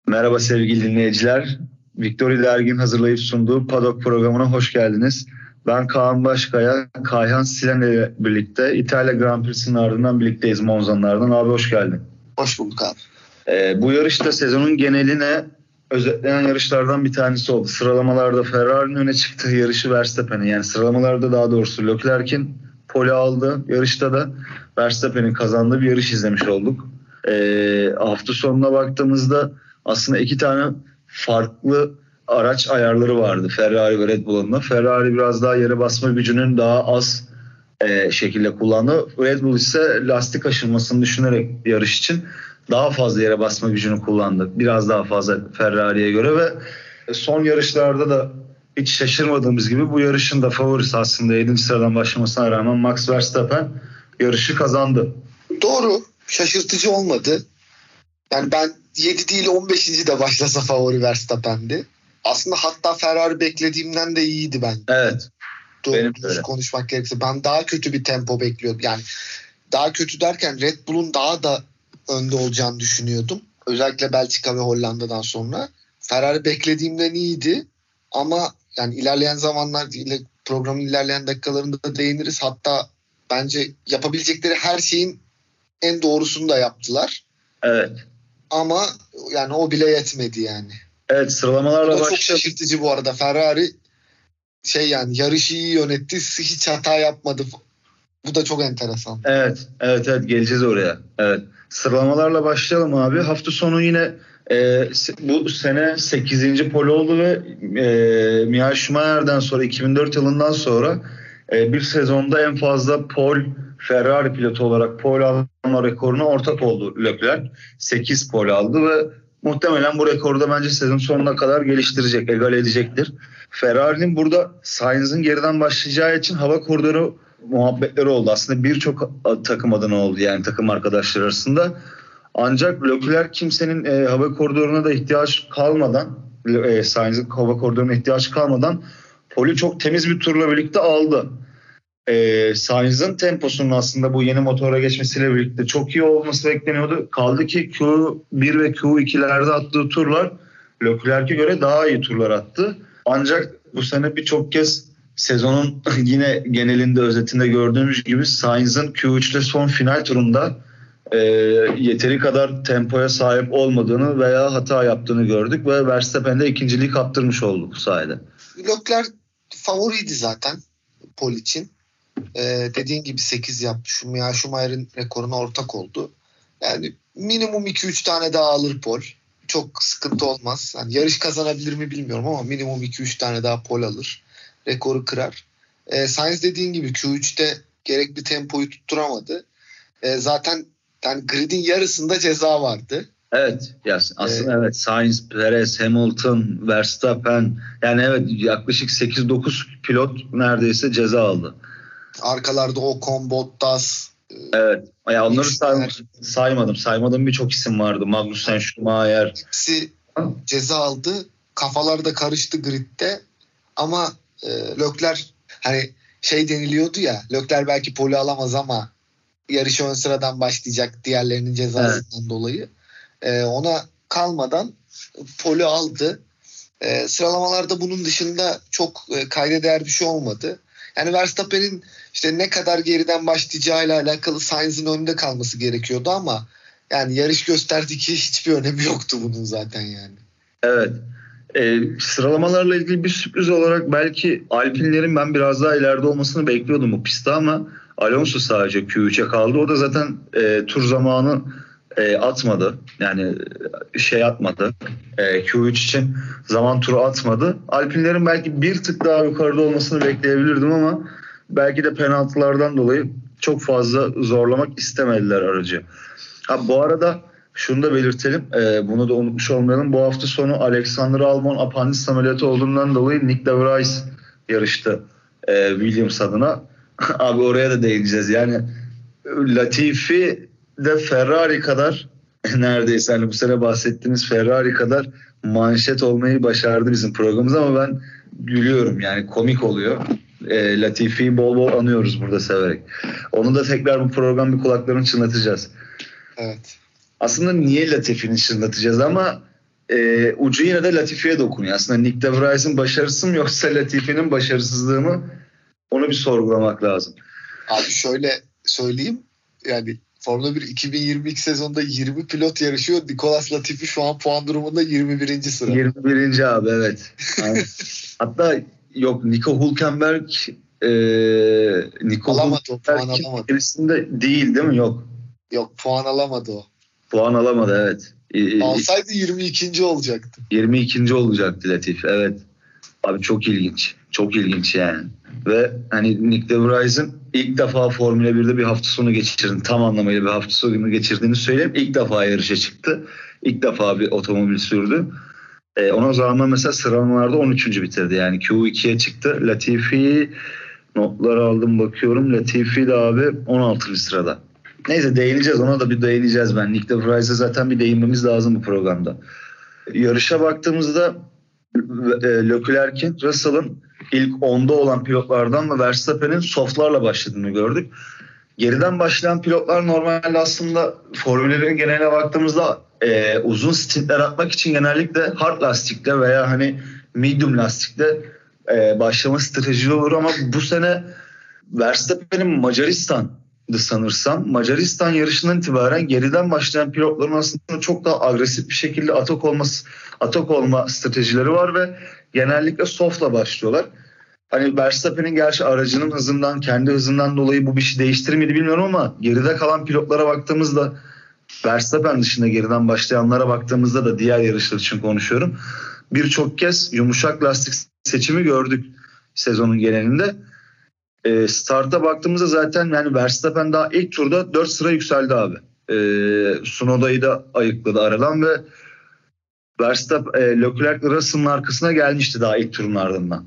Merhaba sevgili dinleyiciler. Victory Dergin hazırlayıp sunduğu Paddock programına hoş geldiniz. Ben Kaan Başkaya, Kayhan Silen ile birlikte İtalya Grand Prix'sinin ardından birlikteyiz Monza'nın ardından. Abi hoş geldin. Hoş bulduk abi. Bu yarışta sezonun geneline özetleyen yarışlardan bir tanesi oldu. Sıralamalarda Ferrari'nin öne çıktığı yarışı Verstappen'in, yani sıralamalarda daha doğrusu Leclerc'in pole aldı. Yarışta da Verstappen'in kazandığı bir yarış izlemiş olduk. Hafta sonuna baktığımızda aslında iki tane farklı araç ayarları vardı Ferrari ve Red Bull'un. Ferrari biraz daha yere basma gücünün daha az şekilde kullandı. Red Bull ise lastik aşınmasını düşünerek yarış için daha fazla yere basma gücünü kullandı. Biraz daha fazla Ferrari'ye göre ve son yarışlarda da hiç şaşırmadığımız gibi bu yarışın da favorisi aslında 7. sıradan başlamasına rağmen Max Verstappen yarışı kazandı. Doğru. Şaşırtıcı olmadı. Yani ben 7 değil 15. de başlasa favori Verstappen'di. Aslında hatta Ferrari beklediğimden de iyiydi ben. Evet. Doğru konuşmak gerekirse. Ben daha kötü bir tempo bekliyordum. Yani daha kötü derken Red Bull'un daha da önde olacağını düşünüyordum. Özellikle Belçika ve Hollanda'dan sonra. Ferrari beklediğimden iyiydi. Ama yani ilerleyen zamanlar, programın ilerleyen dakikalarında da değiniriz. Hatta bence yapabilecekleri her şeyin en doğrusunu da yaptılar. Evet. Ama yani o bile yetmedi yani. Evet, sıralamalarla başladı. Çok şaşırtıcı bu arada. Ferrari yani yarışı iyi yönetti. Hiç hata yapmadı. Bu da çok enteresan. Evet geleceğiz oraya. Evet. Sıralamalarla başlayalım abi. Hafta sonu yine bu sene 8. pole oldu ve Michael Schumacher'den sonra 2004 yılından sonra bir sezonda en fazla pole Ferrari pilotu olarak pole alma rekoruna ortak oldu Leclerc. 8 pole aldı ve muhtemelen bu rekoru da bence sezon sonuna kadar geliştirecek, egale edecektir. Ferrari'nin burada Sainz'ın geriden başlayacağı için hava koridoru muhabbetleri oldu. Aslında birçok takım adına oldu, yani takım arkadaşlar arasında. Ancak Leclerc kimsenin hava koridoruna da ihtiyaç kalmadan, Sainz'ın hava koridoruna ihtiyaç kalmadan poli çok temiz bir turla birlikte aldı. Sainz'ın temposunun aslında bu yeni motora geçmesiyle birlikte çok iyi olması bekleniyordu. Kaldı ki Q1 ve Q2'lerde attığı turlar Leclerc'e göre daha iyi turlar attı. Ancak bu sene birçok kez sezonun yine genelinde, özetinde gördüğümüz gibi Sainz'ın Q3'te son final turunda yeteri kadar tempoya sahip olmadığını veya hata yaptığını gördük ve Verstappen'de ikinciliği kaptırmış olduk bu sayede. Leclerc favoriydi zaten pole için. Dediğin gibi 8 yaptı. Schumacher'in rekoruna ortak oldu. Yani minimum 2-3 tane daha alır pole. Çok sıkıntı olmaz. Yani yarış kazanabilir mi bilmiyorum ama minimum 2-3 tane daha pole alır. Rekoru kırar. Sainz dediğin gibi Q3'te gerekli tempoyu tutturamadı. Zaten yani gridin yarısında ceza vardı. Evet. Aslında evet. Sainz, Perez, Hamilton, Verstappen, yani evet, yaklaşık 8-9 pilot neredeyse ceza aldı. Arkalarda Ocon, Bottas. Evet. Ya onları saymadım. Saymadığım birçok isim vardı. Magnussen, Schumacher. Hepsi ceza aldı. Kafalar da karıştı gridde. Ama Leclerc, hani deniliyordu ya, Leclerc belki pole alamaz ama yarışı ön sıradan başlayacak diğerlerinin cezasından dolayı. Ona kalmadan pole aldı. Sıralamalarda bunun dışında çok kayda değer bir şey olmadı. Yani Verstappen'in ne kadar geriden başlayacağıyla alakalı Sainz'ın önünde kalması gerekiyordu ama yani yarış gösterdi ki hiçbir önemi yoktu bunun zaten yani. Evet. Sıralamalarla ilgili bir sürpriz olarak belki Alpine'lerin ben biraz daha ileride olmasını bekliyordum bu pistte ama Alonso sadece Q3'e kaldı. O da zaten tur zamanı atmadı. Yani atmadı. Q3 için zaman turu atmadı. Alpine'lerin belki bir tık daha yukarıda olmasını bekleyebilirdim ama belki de penaltılardan dolayı çok fazla zorlamak istemediler aracı. Bu arada şunu da belirtelim. Bunu da unutmuş olmayalım. Bu hafta sonu Alexander Albon apandis ameliyatı olduğundan dolayı Nick de Vries yarıştı Williams adına. Abi oraya da değineceğiz. Yani Latifi de Ferrari kadar neredeyse, hani bu sene bahsettiğimiz Ferrari kadar manşet olmayı başardı bizim programımız ama ben gülüyorum, yani komik oluyor. Latifi'yi bol bol anıyoruz burada severek. Onu da tekrar bu program bir kulaklarını çınlatacağız. Evet. Aslında niye Latifi'ni çınlatacağız ama ucu yine de Latifi'ye dokunuyor. Aslında Nick de Vries'in başarısı mı yoksa Latifi'nin başarısızlığı mı? Onu bir sorgulamak lazım. Abi şöyle söyleyeyim. Yani Formula 1 2022 sezonunda 20 pilot yarışıyor. Nicolas Latifi şu an puan durumunda 21. sıra. 21. abi, evet. Hatta yok, Nico Hülkenberg alamadı o, puan alamadı. Gerisinde değil mi? Yok. Yok, puan alamadı o. Puan alamadı, evet. Alsaydı 22. olacaktı. 22. olacaktı Latifi, evet. Abi çok ilginç. Çok ilginç yani. Ve hani Nick de Vries'in ilk defa Formula 1'de bir hafta sonu geçirdiğini, tam anlamıyla bir hafta sonu geçirdiğini söyleyeyim. İlk defa yarışa çıktı. İlk defa bir otomobil sürdü. Ona rağmen mesela sıralamalarda 13. bitirdi. Yani Q2'ye çıktı. Latifi, notları aldım bakıyorum. Latifi de abi 16. sırada. Neyse, değineceğiz. Ona da bir değineceğiz ben. Nick de Vries'e zaten bir değinmemiz lazım bu programda. Yarışa baktığımızda Leclerc'in, Russell'ın ilk 10'da olan pilotlardan ve Verstappen'in softlarla başladığını gördük. Geriden başlayan pilotlar normalde aslında Formüllerin geneline baktığımızda uzun stintler atmak için genellikle hard lastikle veya hani medium lastikle başlama strateji olur, ama bu sene Verstappen'in Macaristan'dı sanırsam. Macaristan yarışından itibaren geriden başlayan pilotların aslında çok daha agresif bir şekilde atak olma stratejileri var ve genellikle soft'la başlıyorlar. Hani Verstappen'in gerçi aracının hızından, kendi hızından dolayı bu bir şey değiştirir miydi bilmiyorum, ama geride kalan pilotlara baktığımızda, Verstappen dışında geriden başlayanlara baktığımızda da, diğer yarışlar için konuşuyorum, birçok kez yumuşak lastik seçimi gördük sezonun genelinde. Start'a baktığımızda zaten yani Verstappen daha ilk turda 4 sıra yükseldi abi. Tsunoda'yı da ayıkladı aradan ve Verstappen Leclerc Russell'ın arkasına gelmişti daha ilk turun ardından.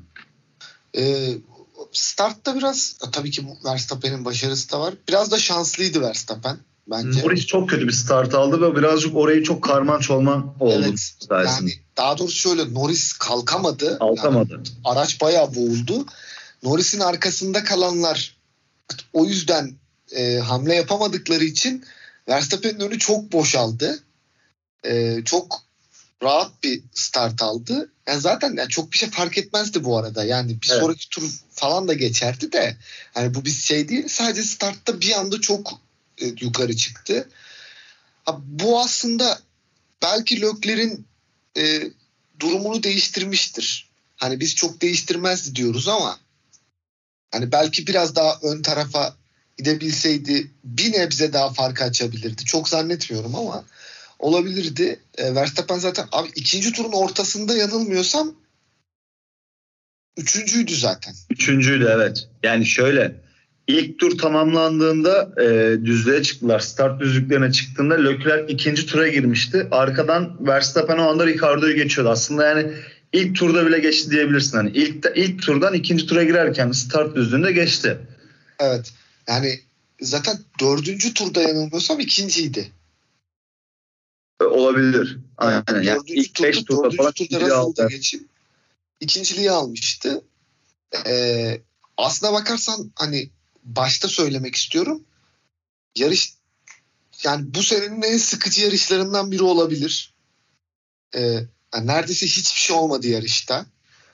Start'ta biraz tabii ki Verstappen'in başarısı da var. Biraz da şanslıydı Verstappen bence. Norris çok kötü bir start aldı ve birazcık orayı çok karman çolman oldu. Evet. Yani daha doğrusu şöyle, Norris kalkamadı. Kalkamadı. Yani araç bayağı boğuldu. Norris'in arkasında kalanlar o yüzden hamle yapamadıkları için Verstappen'in önü çok boşaldı. Çok rahat bir start aldı. Yani zaten yani çok bir şey fark etmezdi bu arada. Yani bir sonraki tur falan da geçerdi de. Yani bu bir şey değil. Sadece startta bir anda çok yukarı çıktı. Bu aslında belki Leclerc'in durumunu değiştirmiştir. Hani biz çok değiştirmezdi diyoruz ama hani belki biraz daha ön tarafa gidebilseydi bir nebze daha farkı açabilirdi. Çok zannetmiyorum ama olabilirdi. Verstappen zaten abi ikinci turun ortasında yanılmıyorsam üçüncüydü zaten. Üçüncüydü, evet. Yani şöyle, ilk tur tamamlandığında düzlüğe çıktılar. Start düzlüklerine çıktığında Leclerc ikinci tura girmişti. Arkadan Verstappen o anda Ricardo'yu geçiyordu. Aslında yani ilk turda bile geçti diyebilirsin. Hani ilk turdan ikinci tura girerken start düzlüğünde geçti. Evet. Yani zaten dördüncü turda yanılmıyorsam ikinciydi. Olabilir. Aynen. Yani ilk 5 turda falan Russell'da geçip ikinciliği almıştı. Aslına bakarsan hani başta söylemek istiyorum. Yarış yani bu senenin en sıkıcı yarışlarından biri olabilir. Yani neredeyse hiçbir şey olmadı yarışta.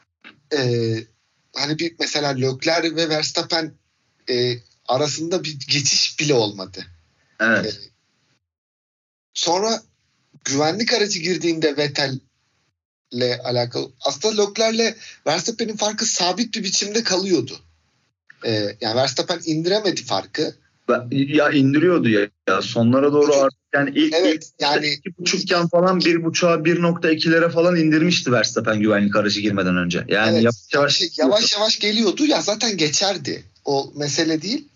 Hani bir mesela Leclerc ve Verstappen arasında bir geçiş bile olmadı. Evet. Sonra güvenlik aracı girdiğinde Vettel'le alakalı aslında Leclerc'le Verstappen'in farkı sabit bir biçimde kalıyordu. Yani Verstappen indiremedi farkı. Ya indiriyordu ya. Sonlara doğru artık yani ilk yani 2.5'ken falan 1.5'a 1.2'lere falan indirmişti Verstappen güvenlik aracı girmeden önce. Yani yavaş yavaş geliyordu ya, zaten geçerdi. O mesele değil.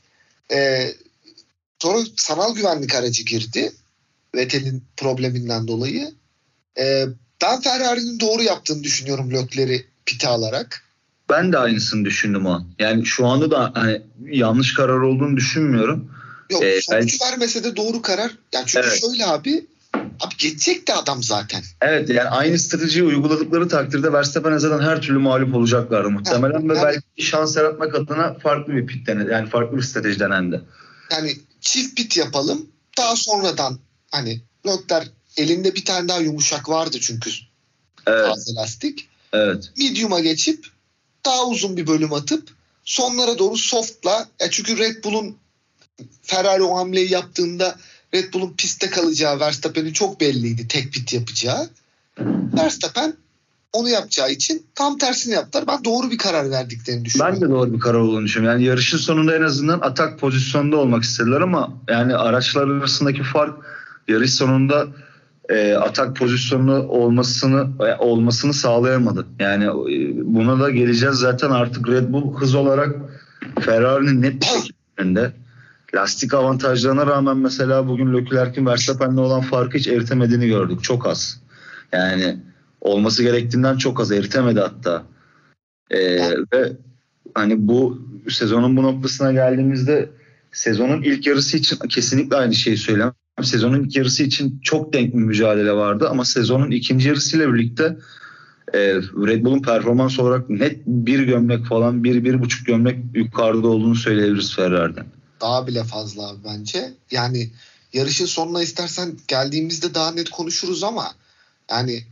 Sonra sanal güvenlik aracı girdi. Vettel'in probleminden dolayı. Ben Ferrari'nin doğru yaptığını düşünüyorum Leclerc'i pite alarak. Ben de aynısını düşündüm o an. Yani şu anda da hani yanlış karar olduğunu düşünmüyorum. Yok, sonucu vermese de doğru karar. Yani çünkü şöyle abi geçecekti adam zaten. Evet, yani aynı stratejiyi uyguladıkları takdirde Verstappen'e zaten her türlü mağlup olacaklardı muhtemelen ve belki şans yaratmak adına farklı bir pit denedi. Yani farklı bir strateji denendi. Yani çift pit yapalım. Daha sonradan hani Leclerc elinde bir tane daha yumuşak vardı çünkü. Evet. Taze lastik. Evet. Medium'a geçip daha uzun bir bölüm atıp sonlara doğru soft'la, çünkü Red Bull'un Ferrari o hamleyi yaptığında Red Bull'un pistte kalacağı, Verstappen'in çok belliydi tek pit yapacağı. Verstappen onu yapacağı için tam tersini yaptılar. Ben doğru bir karar verdiklerini düşünüyorum. Ben de doğru bir karar olduğunu düşünüyorum. Yani yarışın sonunda en azından atak pozisyonunda olmak istediler ama yani araçlar arasındaki fark yarış sonunda atak pozisyonu olmasını sağlayamadı. Yani buna da geleceğiz zaten. Artık Red Bull hız olarak Ferrari'nin net bir şekilde önünde. Lastik avantajlarına rağmen mesela bugün Leclerc'in Verstappen'le olan farkı hiç eritemediğini gördük. Çok az. Yani olması gerektiğinden çok az eritemedi hatta. Ve hani bu sezonun bu noktasına geldiğimizde sezonun ilk yarısı için kesinlikle aynı şeyi söyleyeyim. Sezonun ilk yarısı için çok denk bir mücadele vardı ama sezonun ikinci yarısıyla birlikte Red Bull'un performans olarak net bir gömlek falan, bir buçuk gömlek yukarıda olduğunu söyleyebiliriz Ferrari'den. Daha bile fazla abi bence. Yani yarışın sonuna istersen geldiğimizde daha net konuşuruz ama yani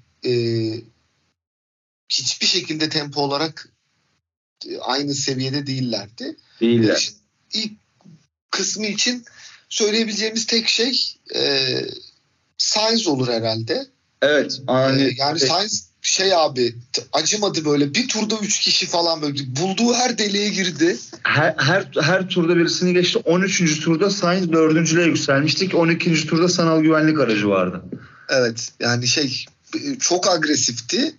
hiçbir şekilde tempo olarak aynı seviyede değillerdi. Yarışın ilk kısmı için söyleyebileceğimiz tek şey Sainz olur herhalde. Evet. Yani Sainz abi acımadı böyle. Bir turda 3 kişi falan böyle bulduğu her deliğe girdi. Her turda birisini geçti. 13. turda Sainz 4.'lüğe yükselmiştik. 12. turda sanal güvenlik aracı vardı. Evet. Yani çok agresifti.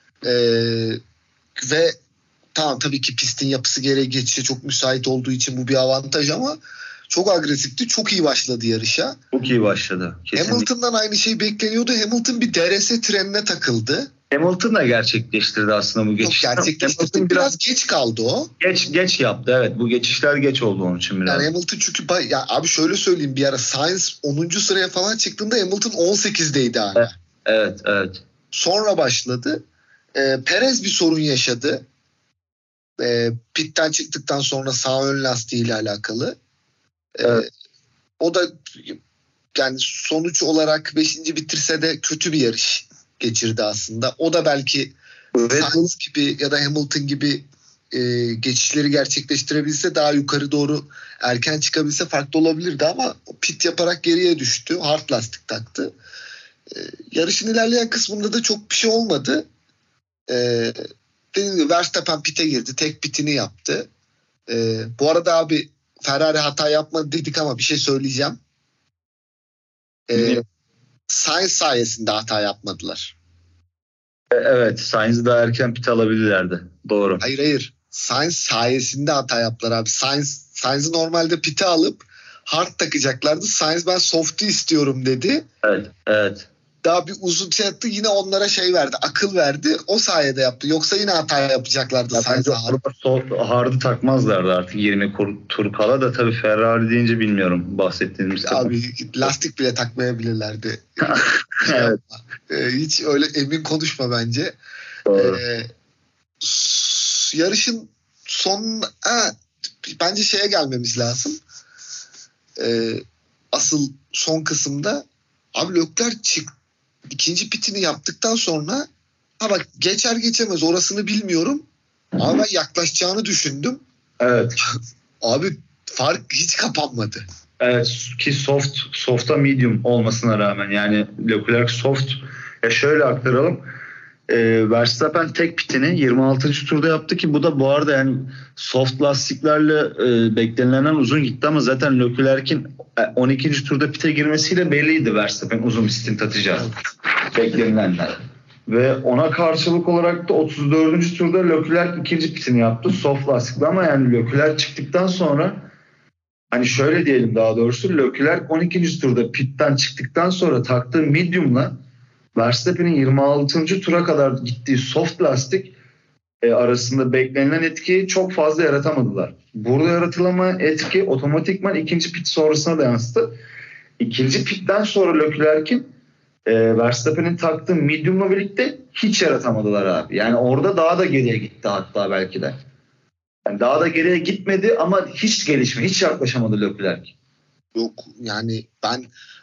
Ve tamam tabii ki pistin yapısı gereği geçişe çok müsait olduğu için bu bir avantaj ama çok agresifti. Çok iyi başladı yarışa. Çok iyi başladı. Kesinlikle. Hamilton'dan aynı şey bekleniyordu. Hamilton bir DRS trenine takıldı. Hamilton da gerçekleştirdi aslında bu geçişi. Gerçekleştirdi. Biraz geç kaldı o. Geç yaptı evet. Bu geçişler geç oldu onun için biraz. Yani Hamilton çünkü abi şöyle söyleyeyim, bir ara Sainz 10. sıraya falan çıktığında Hamilton 18'deydi hala. Evet. Sonra başladı. Perez bir sorun yaşadı. Pitten çıktıktan sonra sağ ön lastiğiyle alakalı. Evet. O da yani sonuç olarak 5. bitirse de kötü bir yarış geçirdi aslında. O da belki Sainz gibi ya da Hamilton gibi geçişleri gerçekleştirebilse, daha yukarı doğru erken çıkabilse farklı olabilirdi ama pit yaparak geriye düştü. Hard lastik taktı. Yarışın ilerleyen kısmında da çok bir şey olmadı. Dediğim gibi Verstappen pit'e girdi. Tek pitini yaptı. Bu arada abi Ferrari hata yapmadı dedik ama bir şey söyleyeceğim. Sainz sayesinde hata yapmadılar. Evet, Sainz'i daha erken pit alabilirlerdi. Doğru. Hayır. Sainz sayesinde hata yaptılar abi. Sainz'i normalde pit'e alıp hard takacaklardı. Sainz ben soft'u istiyorum dedi. Evet. Daha bir uzun şey yaptı. Yine onlara verdi. Akıl verdi. O sayede yaptı. Yoksa yine hata yapacaklardı Sainz'e. Hard'ı takmazlardı artık 20 tur kala da tabii Ferrari deyince bilmiyorum bahsettiğimiz. Abi lastik bile takmayabilirlerdi. Evet. Hiç öyle emin konuşma bence. Yarışın bence gelmemiz lazım. Asıl son kısımda abi Leclerc ikinci pitini yaptıktan sonra bak geçer geçemez orasını bilmiyorum ama ben yaklaşacağını düşündüm. Evet. Abi fark hiç kapanmadı. Evet ki soft'a medium olmasına rağmen yani Leclerc soft. Şöyle aktaralım. Verstappen tek pitini 26. turda yaptı ki bu da bu arada yani soft lastiklerle beklenilenden uzun gitti ama zaten Leclerc'in 12. turda pite girmesiyle belliydi Verstappen uzun bir stint atacağı beklenilenden. Ve ona karşılık olarak da 34. turda Leclerc ikinci pitini yaptı soft lastikle ama yani Leclerc çıktıktan sonra hani şöyle diyelim daha doğrusu Leclerc 12. turda pitten çıktıktan sonra taktığı medium'la Verstappen'in 26. tura kadar gittiği soft lastik arasında beklenilen etkiyi çok fazla yaratamadılar. Burada yaratılamayan etki otomatikman ikinci pit sonrasına da yansıdı. İkinci pitten sonra Leclerc'in Verstappen'in taktığı medium'la birlikte hiç yaratamadılar abi. Yani orada daha da geriye gitti hatta belki de. Yani daha da geriye gitmedi ama hiç yaklaşamadı Leclerc. Yok yani ben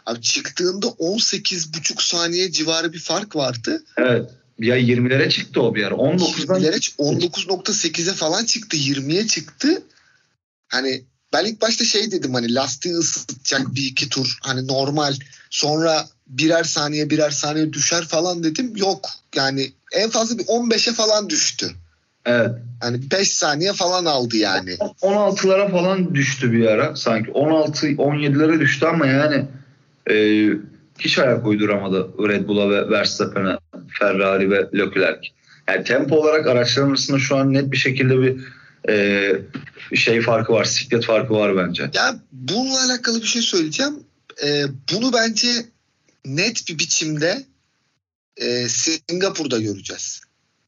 Abi çıktığında 18,5 saniye civarı bir fark vardı. Evet. Ya 20'lere çıktı o bir ara. 19'dan 19.8'e falan çıktı. 20'ye çıktı. Hani ben ilk başta şey dedim, hani lastiği ısıtacak bir iki tur. Hani normal. Sonra birer saniye düşer falan dedim. Yok. Yani en fazla bir 15'e falan düştü. evet. Hani 5 saniye falan aldı yani. 16'lara falan düştü bir ara. Sanki 16-17'lere düştü ama yani hiç ayak uyduramadı Red Bull'a ve Verstappen'e, Ferrari ve Leclerc. Yani tempo olarak araçların arasında şu an net bir şekilde bir şey farkı var. Siklet farkı var bence. Ya bununla alakalı bir şey söyleyeceğim. Bunu bence net bir biçimde Singapur'da göreceğiz.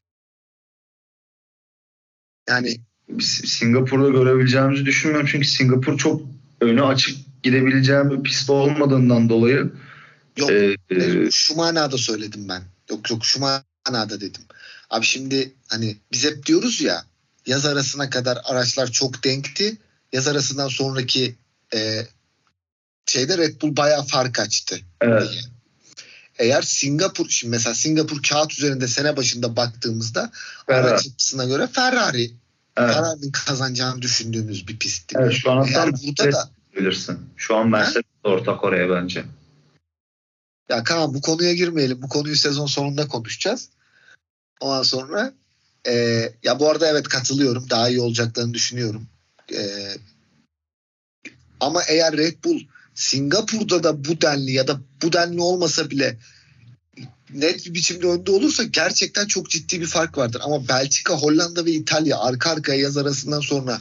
Yani Singapur'da görebileceğimizi düşünmüyorum. Çünkü Singapur çok önü açık gidebileceğim bir pist olmadığından dolayı. yok. Şu manada söyledim ben. Yok şu manada dedim. Abi şimdi hani biz hep diyoruz ya, yaz arasına kadar araçlar çok denkti. Yaz arasından sonraki şeyde Red Bull bayağı fark açtı. Evet. Diye. Eğer Singapur, şimdi mesela Singapur kağıt üzerinde sene başında baktığımızda araç yapısına göre Ferrari'nin kazanacağını düşündüğümüz bir pistti. Evet, şu an eğer burada da bilirsin. Şu an Mercedes ortak oraya bence. Ya Kaan, bu konuya girmeyelim. Bu konuyu sezon sonunda konuşacağız. Ondan sonra ya bu arada evet, katılıyorum. Daha iyi olacaklarını düşünüyorum. Ama eğer Red Bull Singapur'da da bu denli ya da bu denli olmasa bile net bir biçimde önde olursa gerçekten çok ciddi bir fark vardır. Ama Belçika, Hollanda ve İtalya arka arkaya yaz arasından sonra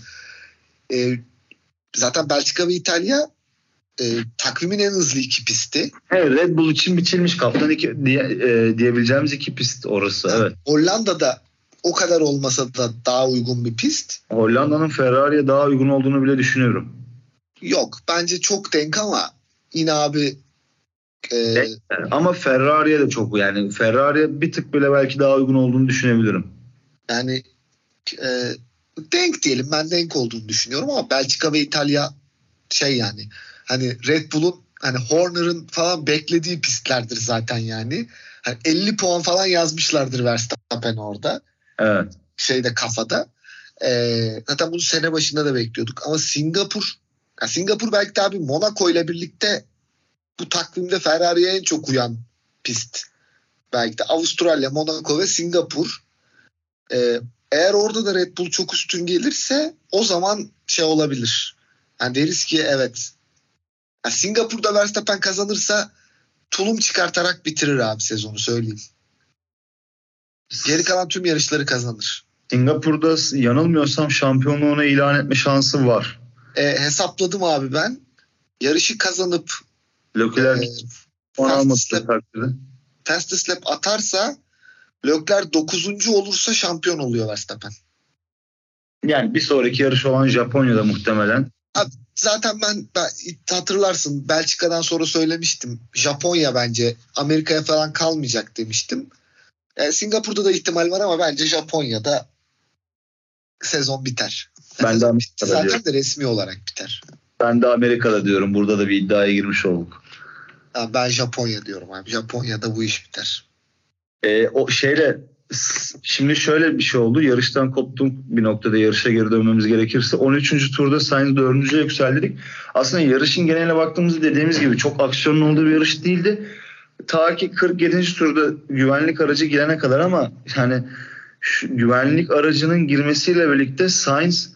zaten Belçika ve İtalya takvimin en hızlı iki pisti. Evet, Red Bull için biçilmiş kaptan diyebileceğimiz iki pist orası. Yani, evet. Hollanda'da o kadar olmasa da daha uygun bir pist. Hollanda'nın Ferrari'ye daha uygun olduğunu bile düşünüyorum. Yok, bence çok denk ama yine abi ama Ferrari'ye de çok, yani Ferrari'ye bir tık bile belki daha uygun olduğunu düşünebilirim. Yani denk diyelim, ben denk olduğunu düşünüyorum ama Belçika ve İtalya şey yani hani Red Bull'un hani Horner'ın falan beklediği pistlerdir zaten yani. Hani 50 puan falan yazmışlardır Verstappen orada. Evet. Şeyde kafada. Zaten bunu sene başında da bekliyorduk. Ama Singapur belki de abi Monaco ile birlikte bu takvimde Ferrari'ye en çok uyan pist. Belki de Avustralya, Monaco ve Singapur. Eğer orada da Red Bull çok üstün gelirse o zaman şey olabilir. Yani deriz ki evet. Yani Singapur'da Verstappen kazanırsa tulum çıkartarak bitirir abi sezonu, söyleyeyim. Geri kalan tüm yarışları kazanır. Singapur'da yanılmıyorsam şampiyonluğunu ilan etme şansı var. Hesapladım abi ben. Yarışı kazanıp Leclerc fastest lap atarsa, Leclerc 9. olursa şampiyon oluyor Verstappen. Yani bir sonraki yarış olan Japonya'da muhtemelen. Abi, zaten ben hatırlarsın Belçika'dan sonra söylemiştim. Japonya bence Amerika'ya falan kalmayacak demiştim. Singapur'da da ihtimal var ama bence Japonya'da sezon biter. Ben de Amerika'da zaten diyorum. de resmi olarak biter. Ben de Amerika'da diyorum. Burada da bir iddiaya girmiş olduk. Yani ben Japonya diyorum abi. Japonya'da bu iş biter. O şeyle şimdi şöyle bir şey oldu. Yarıştan koptum bir noktada, yarışa geri dönmemiz gerekirse. 13. turda Sainz 4.'ye yükseldik. Aslında yarışın geneline baktığımızda dediğimiz gibi çok aksiyonun olduğu bir yarış değildi. Ta ki 47. turda güvenlik aracı girene kadar, ama yani şu güvenlik aracının girmesiyle birlikte Sainz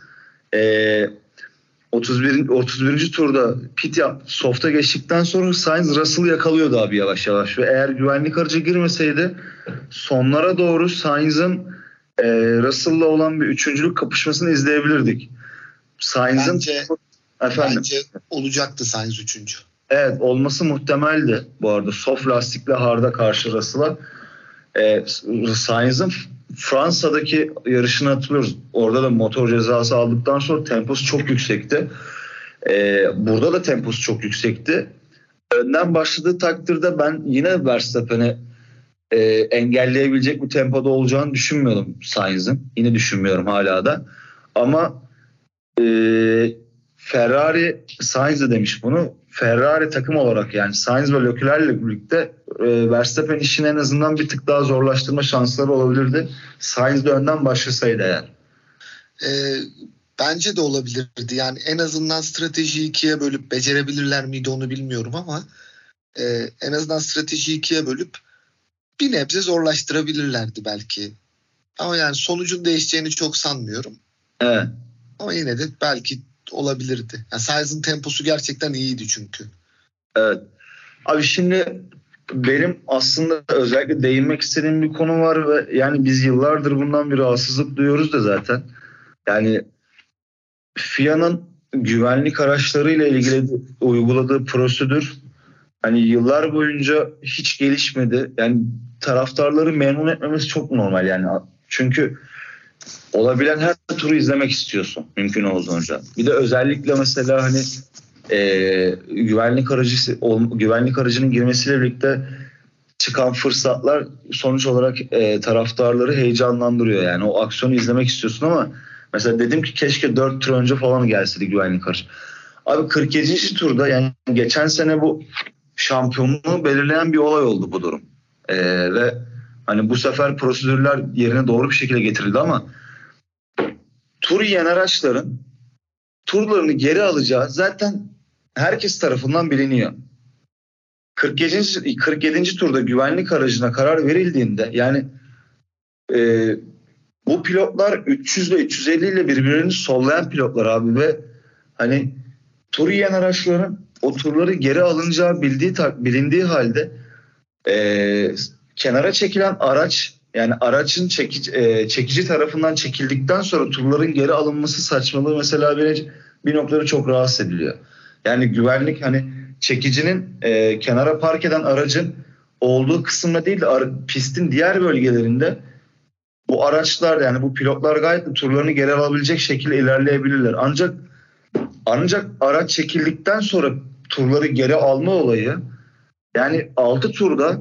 31. turda pit yaptı. Soft'a geçtikten sonra Sainz Russell'ı yakalıyordu abi yavaş yavaş. Ve eğer güvenlik aracı girmeseydi sonlara doğru Sainz'ın Russell'la olan bir üçüncülük kapışmasını izleyebilirdik. Sainz'ın bence olacaktı Sainz 3. Evet, olması muhtemeldi bu arada. Soft lastikle hard'a karşı Russell'a. Sainz'ın Fransa'daki yarışını hatırlıyoruz. Orada da motor cezası aldıktan sonra temposu çok yüksekti. Burada da temposu çok yüksekti. Önden başladığı takdirde ben yine Verstappen'i engelleyebilecek bir tempoda olacağını düşünmüyordum Sainz'ın. Yine düşünmüyorum hala da. Ama Ferrari, Sainz de demiş bunu. Ferrari takım olarak yani Sainz ve Leclerc'le birlikte Verstappen işini en azından bir tık daha zorlaştırma şansları olabilirdi. Sainz de önden başlasaydı eğer. Bence de olabilirdi. Yani en azından stratejiyi ikiye bölüp becerebilirler miydi onu bilmiyorum ama en azından stratejiyi ikiye bölüp bir nebze zorlaştırabilirlerdi belki. Ama yani sonucun değişeceğini çok sanmıyorum. Evet. Ama yine de belki olabilirdi. Yani Sainz'ın temposu gerçekten iyiydi çünkü. Evet. Abi şimdi benim aslında özellikle değinmek istediğim bir konu var ve yani biz yıllardır bundan bir rahatsızlık duyuyoruz da zaten. Yani FIA'nın güvenlik araçlarıyla ilgili uyguladığı prosedür hani yıllar boyunca hiç gelişmedi. Yani taraftarları memnun etmemiz çok normal yani. Çünkü olabilen her turu izlemek istiyorsun mümkün olduğunca. Bir de özellikle mesela hani güvenlik aracının girmesiyle birlikte çıkan fırsatlar sonuç olarak taraftarları heyecanlandırıyor. Yani o aksiyonu izlemek istiyorsun ama mesela dedim ki keşke 4 tur önce falan gelseydi güvenlik aracı. Abi 47. turda yani geçen sene bu şampiyonluğu belirleyen bir olay oldu bu durum. Ve hani bu sefer prosedürler yerine doğru bir şekilde getirildi ama tur yiyen araçların turlarını geri alacağı zaten herkes tarafından biliniyor. 47. turda güvenlik aracına karar verildiğinde yani bu pilotlar 300 ile 350 ile birbirini sollayan pilotlar abi ve hani tur yiyen araçların o turları geri alınacağı bilindiği halde kenara çekilen araç yani aracın çekici tarafından çekildikten sonra turların geri alınması saçmalığı mesela beni bir noktada çok rahatsız ediliyor. Yani güvenlik hani çekicinin kenara park eden aracın olduğu kısımda değil de pistin diğer bölgelerinde bu araçlar yani bu pilotlar gayet de turlarını geri alabilecek şekilde ilerleyebilirler. Ancak araç çekildikten sonra turları geri alma olayı yani 6 turda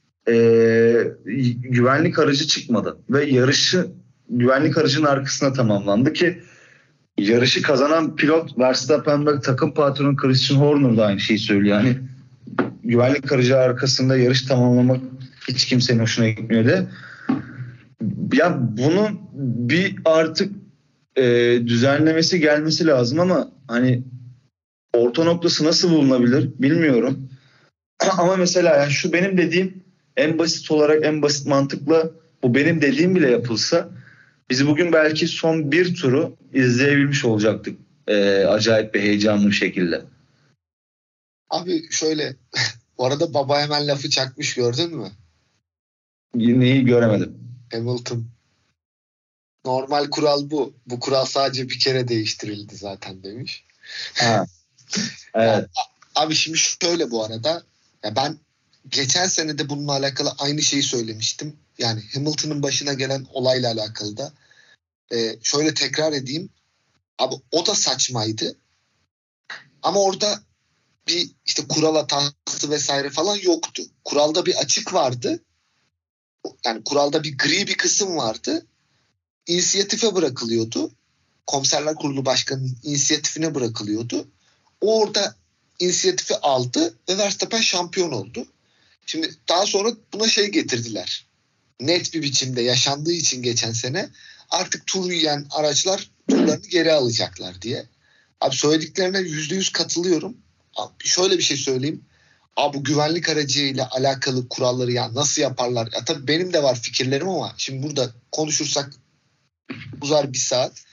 güvenlik aracı çıkmadı ve yarışı güvenlik aracının arkasına tamamlandı ki yarışı kazanan pilot Verstappen ve takım patronu Christian Horner da aynı şeyi söylüyor. Yani güvenlik aracı arkasında yarış tamamlamak hiç kimsenin hoşuna gitmiyordu. Ya bunun bir artık düzenlemesi gelmesi lazım ama hani orta noktası nasıl bulunabilir bilmiyorum. Ama mesela yani şu benim dediğim en basit olarak en basit mantıkla bu benim dediğim bile yapılsa biz bugün belki son bir turu izleyebilmiş olacaktık acayip bir heyecanlı bir şekilde. Abi şöyle bu arada baba hemen lafı çakmış gördün mü? Neyi göremedim. Hamilton. Normal kural bu. Bu kural sadece bir kere değiştirildi zaten demiş. Ha. Evet. Yani, abi şimdi şöyle bu arada ya ben geçen sene de bununla alakalı aynı şeyi söylemiştim. Yani Hamilton'ın başına gelen olayla alakalı da şöyle tekrar edeyim. Abi o da saçmaydı. Ama orada bir işte kural hatası vesaire falan yoktu. Kuralda bir açık vardı. Yani kuralda bir gri bir kısım vardı. İnisiyatife bırakılıyordu. Komiserler Kurulu Başkanı'nın inisiyatifine bırakılıyordu. O orada inisiyatifi aldı ve Verstappen şampiyon oldu. Şimdi daha sonra buna şey getirdiler. Net bir biçimde yaşandığı için geçen sene artık tur yiyen araçlar turlarını geri alacaklar diye. Abi söylediklerine %100 katılıyorum. Abi şöyle bir şey söyleyeyim. Abi bu güvenlik aracıyla alakalı kuralları ya nasıl yaparlar? Ya tabii benim de var fikirlerim ama şimdi burada konuşursak uzar bir saat.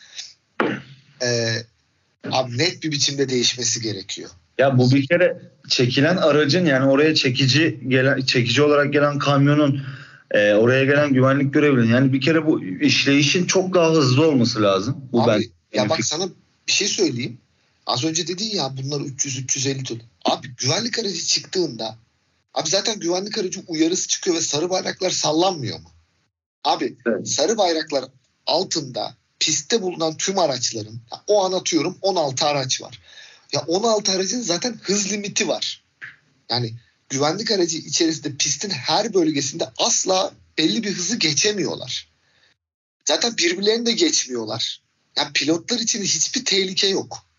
Abi net bir biçimde değişmesi gerekiyor. Ya bu bir kere çekilen aracın yani oraya çekici olarak gelen kamyonun oraya gelen güvenlik görevlinin yani bir kere bu işleyişin çok daha hızlı olması lazım. Bu abi ya bak sana bir şey söyleyeyim. Az önce dedin ya bunlar 300-350 ton. Abi güvenlik aracı çıktığında abi zaten güvenlik aracı uyarısı çıkıyor ve sarı bayraklar sallanmıyor mu? Abi evet. Sarı bayraklar altında pistte bulunan tüm araçların o an atıyorum 16 araç var. Ya 16 aracın zaten hız limiti var. Yani güvenlik aracı içerisinde pistin her bölgesinde asla belli bir hızı geçemiyorlar. Zaten birbirlerini de geçmiyorlar. Yani pilotlar için hiçbir tehlike yok.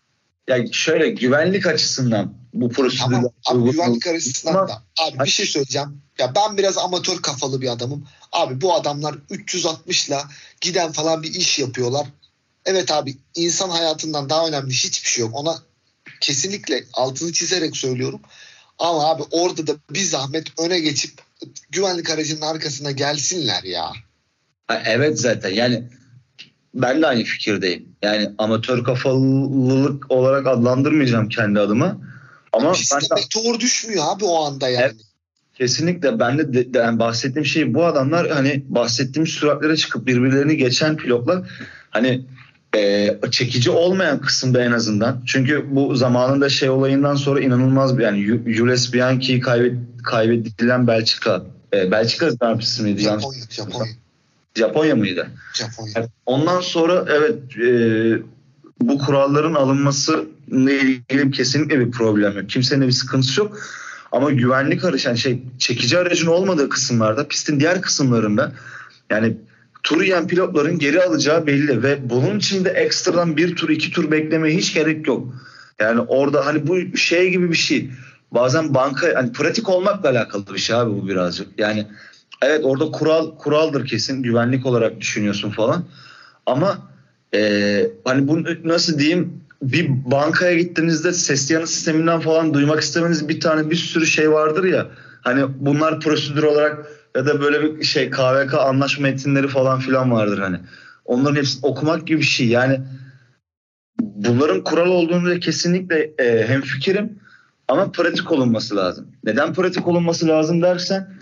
Ya şöyle güvenlik açısından bu prosedürler Tamam abi, uygun güvenlik olur. açısından Ama da. Abi bir şey söyleyeceğim. Ya ben biraz amatör kafalı bir adamım. Abi bu adamlar 360'la giden falan bir iş yapıyorlar. Evet abi, insan hayatından daha önemli hiçbir şey yok. Ona kesinlikle altını çizerek söylüyorum. Ama abi orada da bir zahmet öne geçip güvenlik aracının arkasına gelsinler ya. evet zaten yani ben de aynı fikirdeyim. Yani amatör kafalılık olarak adlandırmayacağım kendi adıma. Ya Ama ben piste de meteor düşmüyor abi o anda evet, yani. kesinlikle ben de yani bahsettiğim şey bu adamlar hani bahsettiğim süratlere çıkıp birbirlerini geçen pilotlar hani çekici olmayan kısımda en azından. Çünkü bu zamanında şey olayından sonra inanılmaz bir yani Jules Bianchi'yi kaybedilen Belçika. Belçika Grand Prix'si miydi? Yanlış Japonya, hatırlamıyorsam. Japonya, Japonya mıydı? Japonya. Yani ondan sonra evet bu kuralların alınması ile ilgili kesinlikle bir problem yok. Kimsenin de bir sıkıntısı yok. Ama güvenlik aracı yani çekici aracın olmadığı kısımlarda pistin diğer kısımlarında yani tur yiyen pilotların geri alacağı belli ve bunun için de ekstradan bir tur iki tur beklemeye hiç gerek yok. Yani orada hani bu şey gibi bir şey. Bazen banka hani pratik olmakla alakalı bir şey abi bu birazcık. Yani evet orada kuraldır kesin güvenlik olarak düşünüyorsun falan. Ama hani bunu nasıl diyeyim bir bankaya gittiğinizde ses yanı sisteminden falan duymak istemeniz bir sürü şey vardır ya. Hani bunlar prosedür olarak ya da böyle bir şey KVK anlaşma metinleri falan filan vardır hani. Onların hepsini okumak gibi bir şey. Yani bunların kural olduğunu da kesinlikle hemfikirim ama pratik olunması lazım. Neden pratik olunması lazım dersen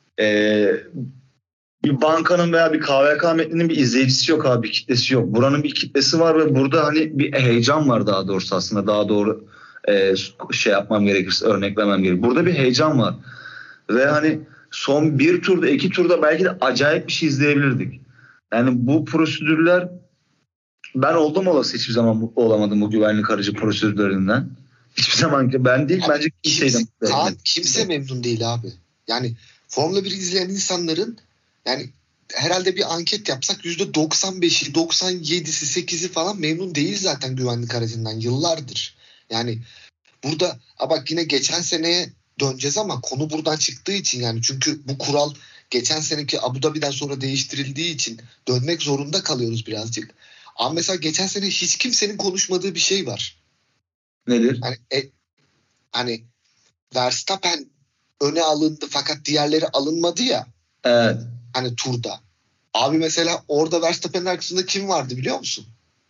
bir bankanın veya bir KVK metninin bir izleyicisi yok abi, bir kitlesi yok. Buranın bir kitlesi var ve burada hani bir heyecan var daha doğrusu aslında daha doğru şey yapmam gerekirse örneklemem gerekir. Burada bir heyecan var ve hani son bir turda iki turda belki de acayip bir şey izleyebilirdik. Yani bu prosedürler ben oldum olası hiçbir zaman mutlu olamadım bu güvenlik aracı prosedürlerinden. Hiçbir zaman ki ben değil Abi bence kimseyi de mutlu etmedi. Kimse memnun değil abi. Yani Formula 1 izleyen insanların, yani herhalde bir anket yapsak %95'i, 97'si, 8'i falan memnun değil zaten güvenlik aracından yıllardır. Yani burada bak yine geçen seneye döneceğiz ama konu buradan çıktığı için, yani çünkü bu kural geçen seneki Abu Dhabi'den sonra değiştirildiği için dönmek zorunda kalıyoruz birazcık. Ama mesela geçen sene hiç kimsenin konuşmadığı bir şey var. Nedir? Hani hani Verstappen öne alındı fakat diğerleri alınmadı ya Evet. hani turda. Abi mesela orada Verstappen'in arkasında kim vardı biliyor musun?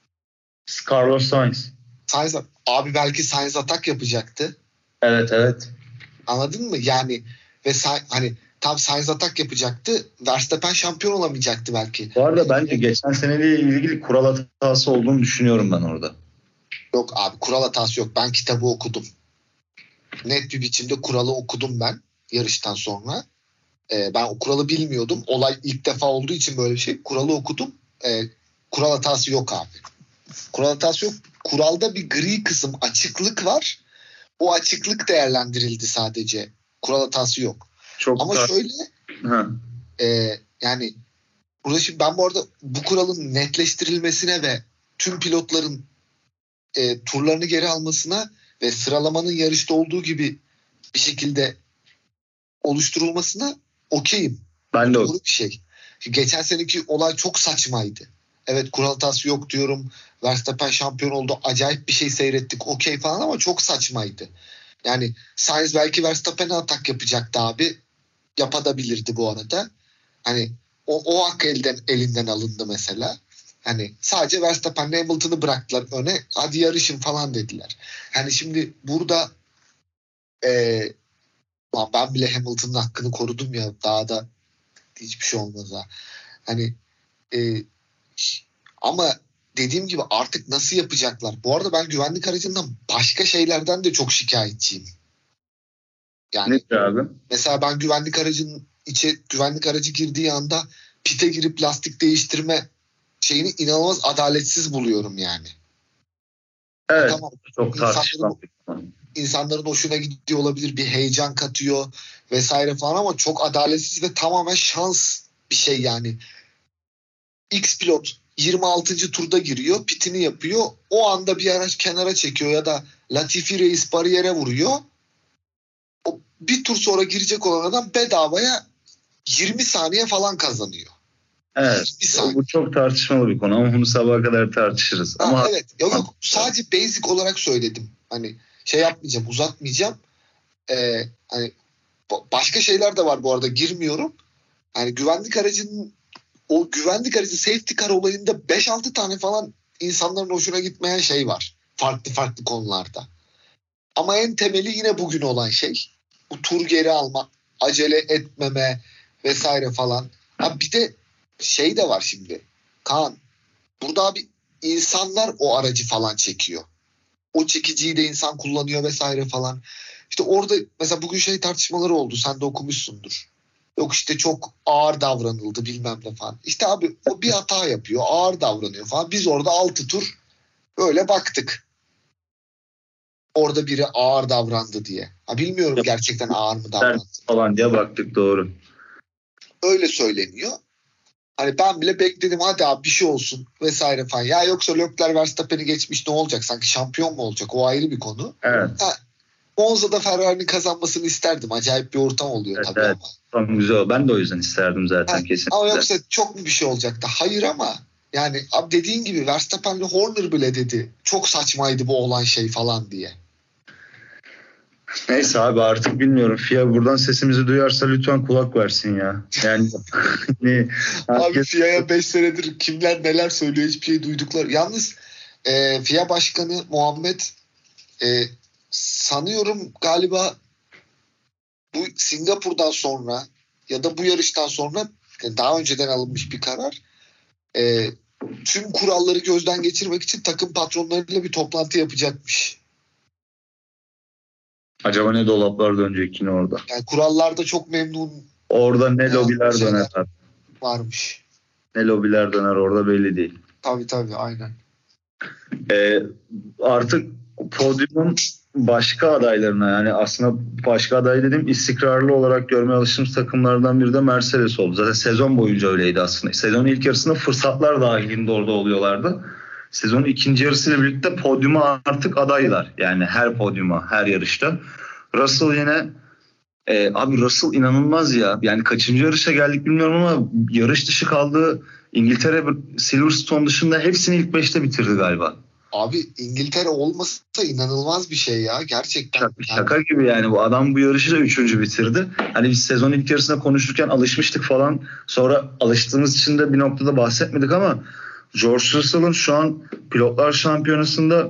Carlos Sainz. Sainz. Abi belki Sainz atak yapacaktı. Evet evet. Anladın mı? Yani ve hani tam Sainz atak yapacaktı. Verstappen şampiyon olamayacaktı belki. Bu arada bence geçen seneyle ilgili kural hatası olduğunu düşünüyorum ben orada. Yok abi, kural hatası yok. Ben kitabı okudum. Net bir biçimde kuralı okudum ben yarıştan sonra. Ben o kuralı bilmiyordum. Olay ilk defa olduğu için böyle bir şey. Kuralı okudum. Kural hatası yok abi. Kural hatası yok. Kuralda bir gri kısım, açıklık var. O açıklık değerlendirildi sadece. Kural hatası yok. Çok Ama şöyle ha. yani burada şimdi ben bu arada bu kuralın netleştirilmesine ve tüm pilotların turlarını geri almasına ve sıralamanın yarışta olduğu gibi bir şekilde oluşturulmasına okeyim. Ben de Doğru bir şey. Geçen seneki olay çok saçmaydı. Evet, kural hatası yok diyorum. Verstappen şampiyon oldu. Acayip bir şey seyrettik. Okey falan ama çok saçmaydı. Yani Sainz belki Verstappen'e atak yapacaktı abi. Yapabilirdi bu arada. Hani o hak elinden alındı mesela. Hani sadece Verstappen'le Hamilton'ı bıraktılar öne. Hadi yarışın falan dediler. Hani şimdi burada ben bile Hamilton'ın hakkını korudum ya. Daha da hiçbir şey olmaz ha. Hani e, ama dediğim gibi artık nasıl yapacaklar? Bu arada ben güvenlik aracından başka şeylerden de çok şikayetçiyim. Yani nedir abi? mesela ben güvenlik aracı girdiği anda pite girip lastik değiştirme şeyini inanılmaz adaletsiz buluyorum yani. Ha, Evet. tamam, Çok tartışılan insanların bir konu. insanların hoşuna gidiyor olabilir, bir heyecan katıyor vesaire falan ama çok adaletsiz ve tamamen şans bir şey yani. X pilot 26. turda giriyor. Pitini yapıyor. O anda bir araç kenara çekiyor ya da Latifi Reis bariyere vuruyor. O bir tur sonra girecek olan adam bedavaya 20 saniye falan kazanıyor. Evet. Bu çok tartışmalı bir konu ama bunu sabaha kadar tartışırız. Ama evet. Yok, sadece basic olarak söyledim. Hani şey yapmayacağım, uzatmayacağım. Hani başka şeyler de var bu arada, girmiyorum. Hani güvenlik aracı safety car olayında 5-6 tane falan insanların hoşuna gitmeyen şey var. Farklı konularda. Ama en temeli yine bugün olan şey. Bu tur geri alma, acele etmeme vesaire falan. Bir de şey de var şimdi. Kaan, burada abi insanlar o aracı falan çekiyor. O çekiciyi de insan kullanıyor vesaire falan. İşte orada mesela bugün şey tartışmaları oldu. Sen de okumuşsundur. Yok işte çok ağır davranıldı bilmem ne falan. İşte abi o bir hata yapıyor. Ağır davranıyor falan. Biz orada 6 tur böyle baktık. Orada biri ağır davrandı diye. Bilmiyorum gerçekten ağır mı davrandı falan diye baktık, doğru. Öyle söyleniyor. Hani ben bile bekledim hadi abi bir şey olsun vesaire falan. Ya yoksa Leclerc Verstappen'i geçmiş ne olacak? Sanki şampiyon mu olacak? O ayrı bir konu. Evet. Monza'da Ferrari'nin kazanmasını isterdim. Acayip bir ortam oluyor tabii evet. ama. Tam güzel. Ben de o yüzden isterdim zaten kesinlikle. Ama yoksa çok mu bir şey olacaktı? Hayır ama yani abi dediğin gibi Verstappen'le Horner bile dedi. Çok saçmaydı bu olan şey falan diye. Neyse abi artık bilmiyorum. FIA buradan sesimizi duyarsa lütfen kulak versin ya. Yani abi FIA'ya 5 senedir kimler neler söylüyor hiçbir şey duyduklar. Yalnız FIA Başkanı Muhammed sanıyorum galiba bu Singapur'dan sonra ya da bu yarıştan sonra daha önceden alınmış bir karar. Tüm kuralları gözden geçirmek için takım patronlarıyla bir toplantı yapacakmış. Acaba ne dolaplar dönecek yine orada? Yani kurallarda çok memnun. Orada ne lobiler döner abi. Varmış. Ne lobiler döner orada belli değil. Tabii aynen. Artık podyumun başka adaylarına, yani aslında başka aday dediğim istikrarlı olarak görmeye alıştığımız takımlardan biri de Mercedes oldu. Zaten sezon boyunca öyleydi aslında. Sezonun ilk yarısında fırsatlar dahilinde orada oluyorlardı. Sezonun ikinci yarısıyla birlikte podyuma artık adaylar. Yani her podyuma, her yarışta. Russell yine abi Russell inanılmaz ya. Yani kaçıncı yarışa geldik bilmiyorum ama yarış dışı kaldığı İngiltere Silverstone dışında hepsini ilk 5'te bitirdi galiba. Abi İngiltere olmasa inanılmaz bir şey ya. Gerçekten. Şaka gibi yani. Bu adam bu yarışı da 3. bitirdi. Hani biz sezon ilk yarısında konuşurken alışmıştık falan. Sonra alıştığımız için de bir noktada bahsetmedik ama George Russell'ın şu an pilotlar şampiyonasında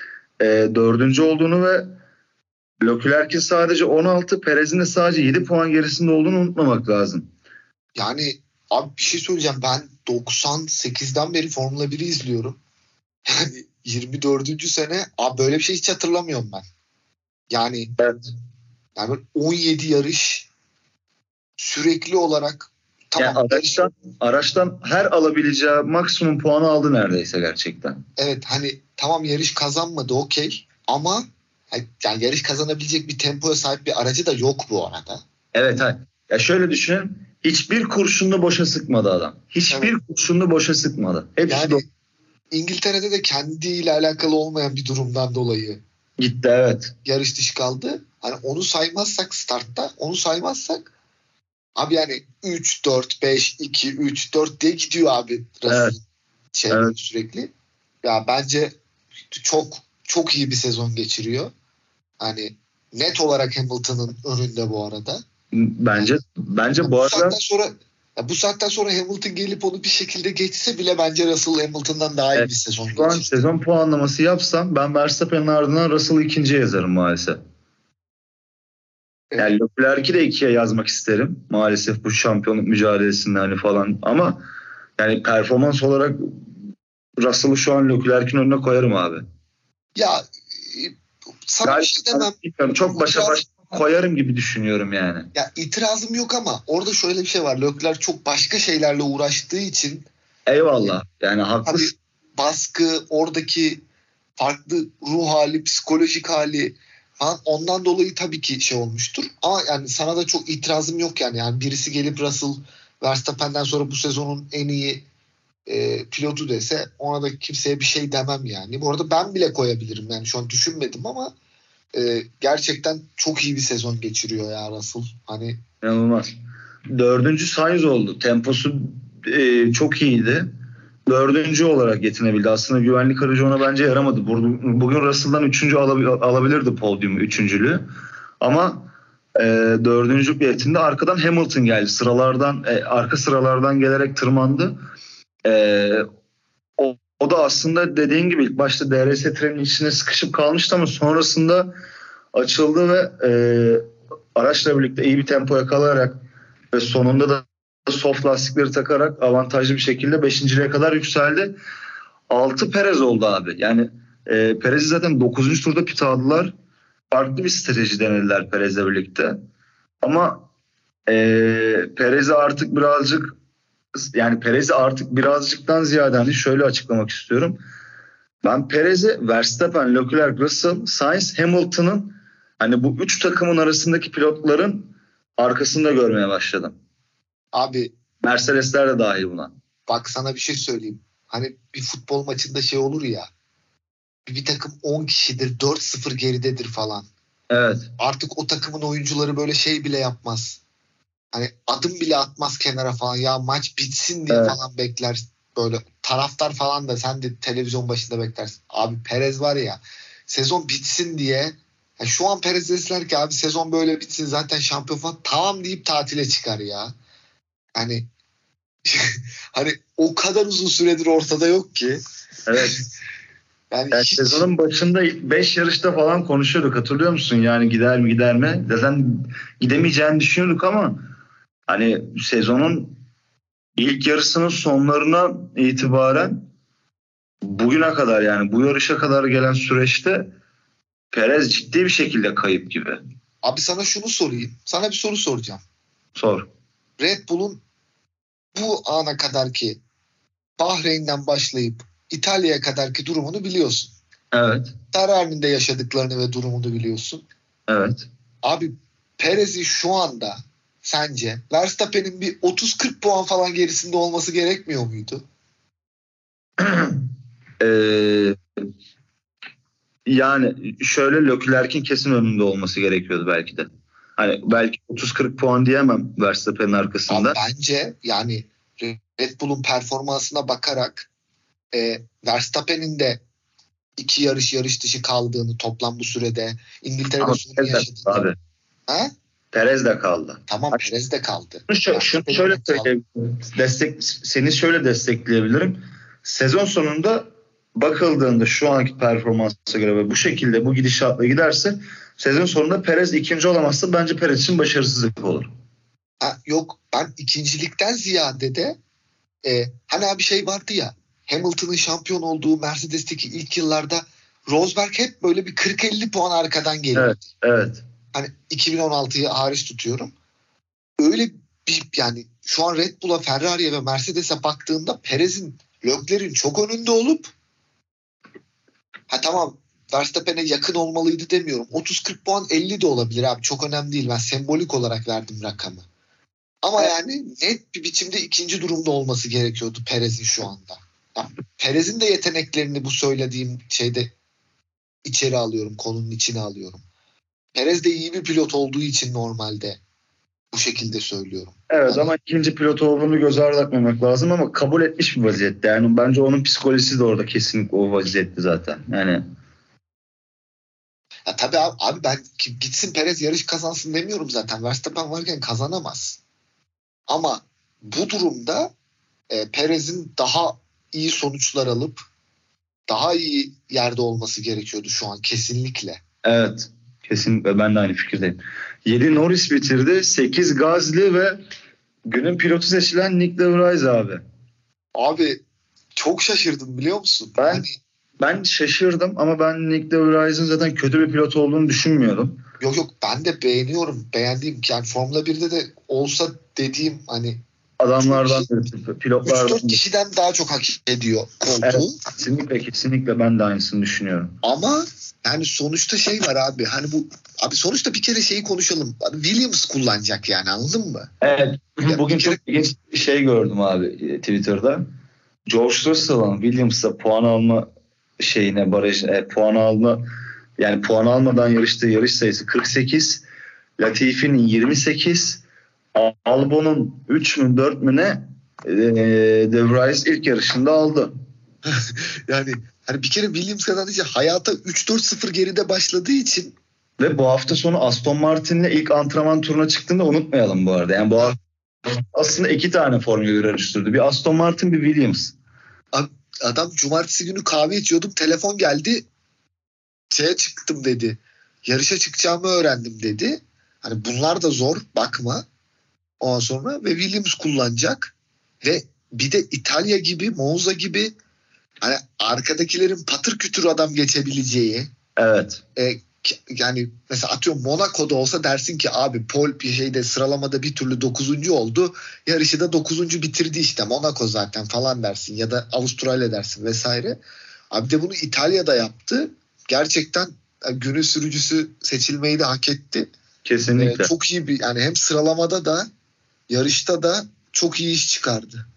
4. olduğunu ve Leclerc'in sadece 16, Perez'in de sadece 7 puan gerisinde olduğunu unutmamak lazım. Yani abi bir şey söyleyeceğim. Ben 98'den beri Formula 1'i izliyorum. Yani 24. sene abi böyle bir şey hiç hatırlamıyorum ben. Yani evet. Yani 17 yarış sürekli olarak tamam. Yani araçtan her alabileceği maksimum puanı aldı neredeyse gerçekten. Evet hani tamam yarış kazanmadı okey ama yani yarış kazanabilecek bir tempoya sahip bir aracı da yok bu arada. Evet hayır. Ya şöyle düşünün. Hiçbir kurşununu boşa sıkmadı adam. Hiçbir kurşununu boşa sıkmadı. Hepsi yani İngiltere'de de kendiyle alakalı olmayan bir durumdan dolayı gitti, evet. Yarış dışı kaldı. Hani onu saymazsak startta, onu saymazsak abi yani 3 4 5 2 3 4 diye gidiyor abi Russell evet. Sürekli. Ya bence çok iyi bir sezon geçiriyor. Hani net olarak Hamilton'ın önünde bu arada. Bence bu arada bu saatten sonra Hamilton gelip onu bir şekilde geçse bile bence Russell Hamilton'dan daha iyi bir sezon geçirdi. Şu an sezon puanlaması yapsam ben Verstappen'in ardından Russell'ı ikinciye yazarım maalesef. Evet. Yani Leclerc'i de ikiye yazmak isterim. Maalesef bu şampiyonluk mücadelesinde hani falan ama yani performans olarak Russell'ı şu an Leclerc'in önüne koyarım abi. Ya sana bir şey demem. Çok başa koyarım gibi düşünüyorum yani. Ya itirazım yok ama orada şöyle bir şey var. Leclerc çok başka şeylerle uğraştığı için. Eyvallah. Yani haklısın. Baskı, oradaki farklı ruh hali, psikolojik hali falan ondan dolayı tabii ki şey olmuştur. Ama yani sana da çok itirazım yok yani. Yani birisi gelip Russell Verstappen'den sonra bu sezonun en iyi pilotu dese ona da kimseye bir şey demem yani. Bu arada ben bile koyabilirim yani, şu an düşünmedim ama gerçekten çok iyi bir sezon geçiriyor ya Russell. Hani İnanılmaz. 4. Sainz oldu. Temposu çok iyiydi. 4. olarak yetinebildi. Aslında güvenlik aracı ona bence yaramadı. Bugün Russell'dan 3. alabilirdi podyumu, 3.'lüğü. Ama 4. biletinde arkadan Hamilton geldi. Arka sıralardan gelerek tırmandı. O da aslında dediğin gibi ilk başta DRS trenin içine sıkışıp kalmıştı ama sonrasında açıldı ve araçla birlikte iyi bir tempo yakalayarak ve sonunda da soft lastikleri takarak avantajlı bir şekilde 5.'liğe kadar yükseldi. 6 Perez oldu abi. Yani Perez'i zaten 9. turda pit aldılar. Farklı bir strateji denediler Perez'le birlikte. Ama Perez'i artık birazcıktan ziyade hani şöyle açıklamak istiyorum. Ben Perez'i Verstappen, Leclerc, Russell, Sainz, Hamilton'ın hani bu 3 takımın arasındaki pilotların arkasında görmeye başladım. Abi Mercedesler de dahil buna. bak sana bir şey söyleyeyim. Hani bir futbol maçında şey olur ya. Bir takım 10 kişidir, 4-0 geridedir falan. Evet. Artık o takımın oyuncuları böyle şey bile yapmaz. Hani adım bile atmaz kenara falan. Ya maç bitsin diye falan bekler. Böyle taraftar falan da, sen de televizyon başında beklersin. Abi Perez var ya, sezon bitsin diye. Ya şu an Perez deseler ki abi sezon böyle bitsin zaten şampiyon falan, tamam deyip tatile çıkar ya. Hani hani o kadar uzun süredir ortada yok ki. Evet. Yani sezonun başında 5 yarışta falan konuşuyorduk, hatırlıyor musun? Yani gider mi? Zaten gidemeyeceğini düşünüyorduk ama hani sezonun ilk yarısının sonlarına itibaren bugüne kadar, yani bu yarışa kadar gelen süreçte Perez ciddi bir şekilde kayıp gibi. Abi sana şunu sorayım. Sana bir soru soracağım. Sor. Red Bull'un bu ana kadarki Bahreyn'den başlayıp İtalya'ya kadarki durumunu biliyorsun. Evet. Ferrari'nin yaşadıklarını ve durumunu biliyorsun. Evet. Abi Perez'in şu anda sence Verstappen'in bir 30-40 puan falan gerisinde olması gerekmiyor muydu? Yani şöyle, Leclerc'in kesin önünde olması gerekiyordu belki de. Hani belki 30-40 puan diyemem Verstappen'in arkasında. Abi bence yani Red Bull'un performansına bakarak Verstappen'in de 2 yarış dışı kaldığını toplam bu sürede, İngiltere'de sorun yaşadığını. Abi. Ha? Perez de kaldı. Tamam, Perez de kaldı. Şunu şöyle söyleyeyim. Seni şöyle destekleyebilirim. Sezon sonunda bakıldığında şu anki performansa göre ve bu şekilde bu gidişatla giderse sezon sonunda Perez ikinci olamazsa bence Perez için başarısızlık olur. Yok, ben ikincilikten ziyade de hani abi şey vardı ya, Hamilton'ın şampiyon olduğu Mercedes'teki ilk yıllarda Rosberg hep böyle bir 40-50 puan arkadan geliyordu. Evet. Hani 2016'yı hariç tutuyorum. Öyle bir, yani şu an Red Bull'a, Ferrari'ye ve Mercedes'e baktığında Perez'in, Leclerc'in çok önünde olup tamam Verstappen'e yakın olmalıydı demiyorum. 30-40 puan, 50 de olabilir abi. Çok önemli değil. Ben sembolik olarak verdim rakamı. Ama yani net bir biçimde ikinci durumda olması gerekiyordu Perez'in şu anda. Yani Perez'in de yeteneklerini bu söylediğim şeyde içeri alıyorum. Konunun içine alıyorum. Perez de iyi bir pilot olduğu için normalde bu şekilde söylüyorum. Evet, ama ikinci pilot olduğunu göz ardı etmemek lazım ama kabul etmiş bir vaziyette. Yani bence onun psikolojisi de orada kesinlikle o vaziyette zaten. Yani tabii abi ben gitsin Perez yarış kazansın demiyorum zaten. Verstappen varken kazanamaz. Ama bu durumda Perez'in daha iyi sonuçlar alıp daha iyi yerde olması gerekiyordu şu an kesinlikle. Evet, kesinlikle ben de aynı fikirdeyim. 7 Norris bitirdi, 8 Gasly ve günün pilotu seçilen Nick de Vries abi. Abi çok şaşırdım biliyor musun? Ben şaşırdım ama ben Nick de Vries'in zaten kötü bir pilot olduğunu düşünmüyordum. Yok ben de beğeniyorum. Beğendiğim, yani Formula 1'de de olsa dediğim hani adamlardan, pilotlardan 3-4 kişiden daha çok hak ediyor koltuğu. Evet, kesinlikle ben de aynısını düşünüyorum. Ama yani sonuçta şey var abi. Hani bu abi sonuçta bir kere şeyi konuşalım. Williams kullanacak yani, anladın mı? Evet. Bugün çok ilginç bir şey gördüm abi Twitter'da. George Russell'ın Williams'a puan alma şeyine puan alma, yani puan almadan yarıştığı yarış sayısı 48. Latifi'nin 28. Albon'un 3 mü 4 mü ne De Vries ilk yarışında aldı. Yani hani bir kere Williams kazanınca hayata 3-4-0 geride başladığı için. Ve bu hafta sonu Aston Martin'le ilk antrenman turuna çıktığında unutmayalım bu arada. Yani bu aslında 2 tane Formula 1 yarış sürdü. Bir Aston Martin, bir Williams. Adam cumartesi günü kahve içiyordum. Telefon geldi. Şeye çıktım dedi. Yarışa çıkacağımı öğrendim dedi. Hani bunlar da zor, bakma. Ondan sonra ve Williams kullanacak. Ve bir de İtalya gibi, Monza gibi hani arkadakilerin patır kütür adam geçebileceği. Evet. Yani mesela atıyorum Monaco'da olsa dersin ki abi Paul bir şeyde sıralamada bir türlü 9. oldu. Yarışı da 9. bitirdi işte. Monaco zaten falan dersin. Ya da Avustralya dersin vesaire. Abi de bunu İtalya'da yaptı. Gerçekten günün sürücüsü seçilmeyi de hak etti. Kesinlikle. Çok iyi bir, yani hem sıralamada da yarışta da çok iyi iş çıkardı.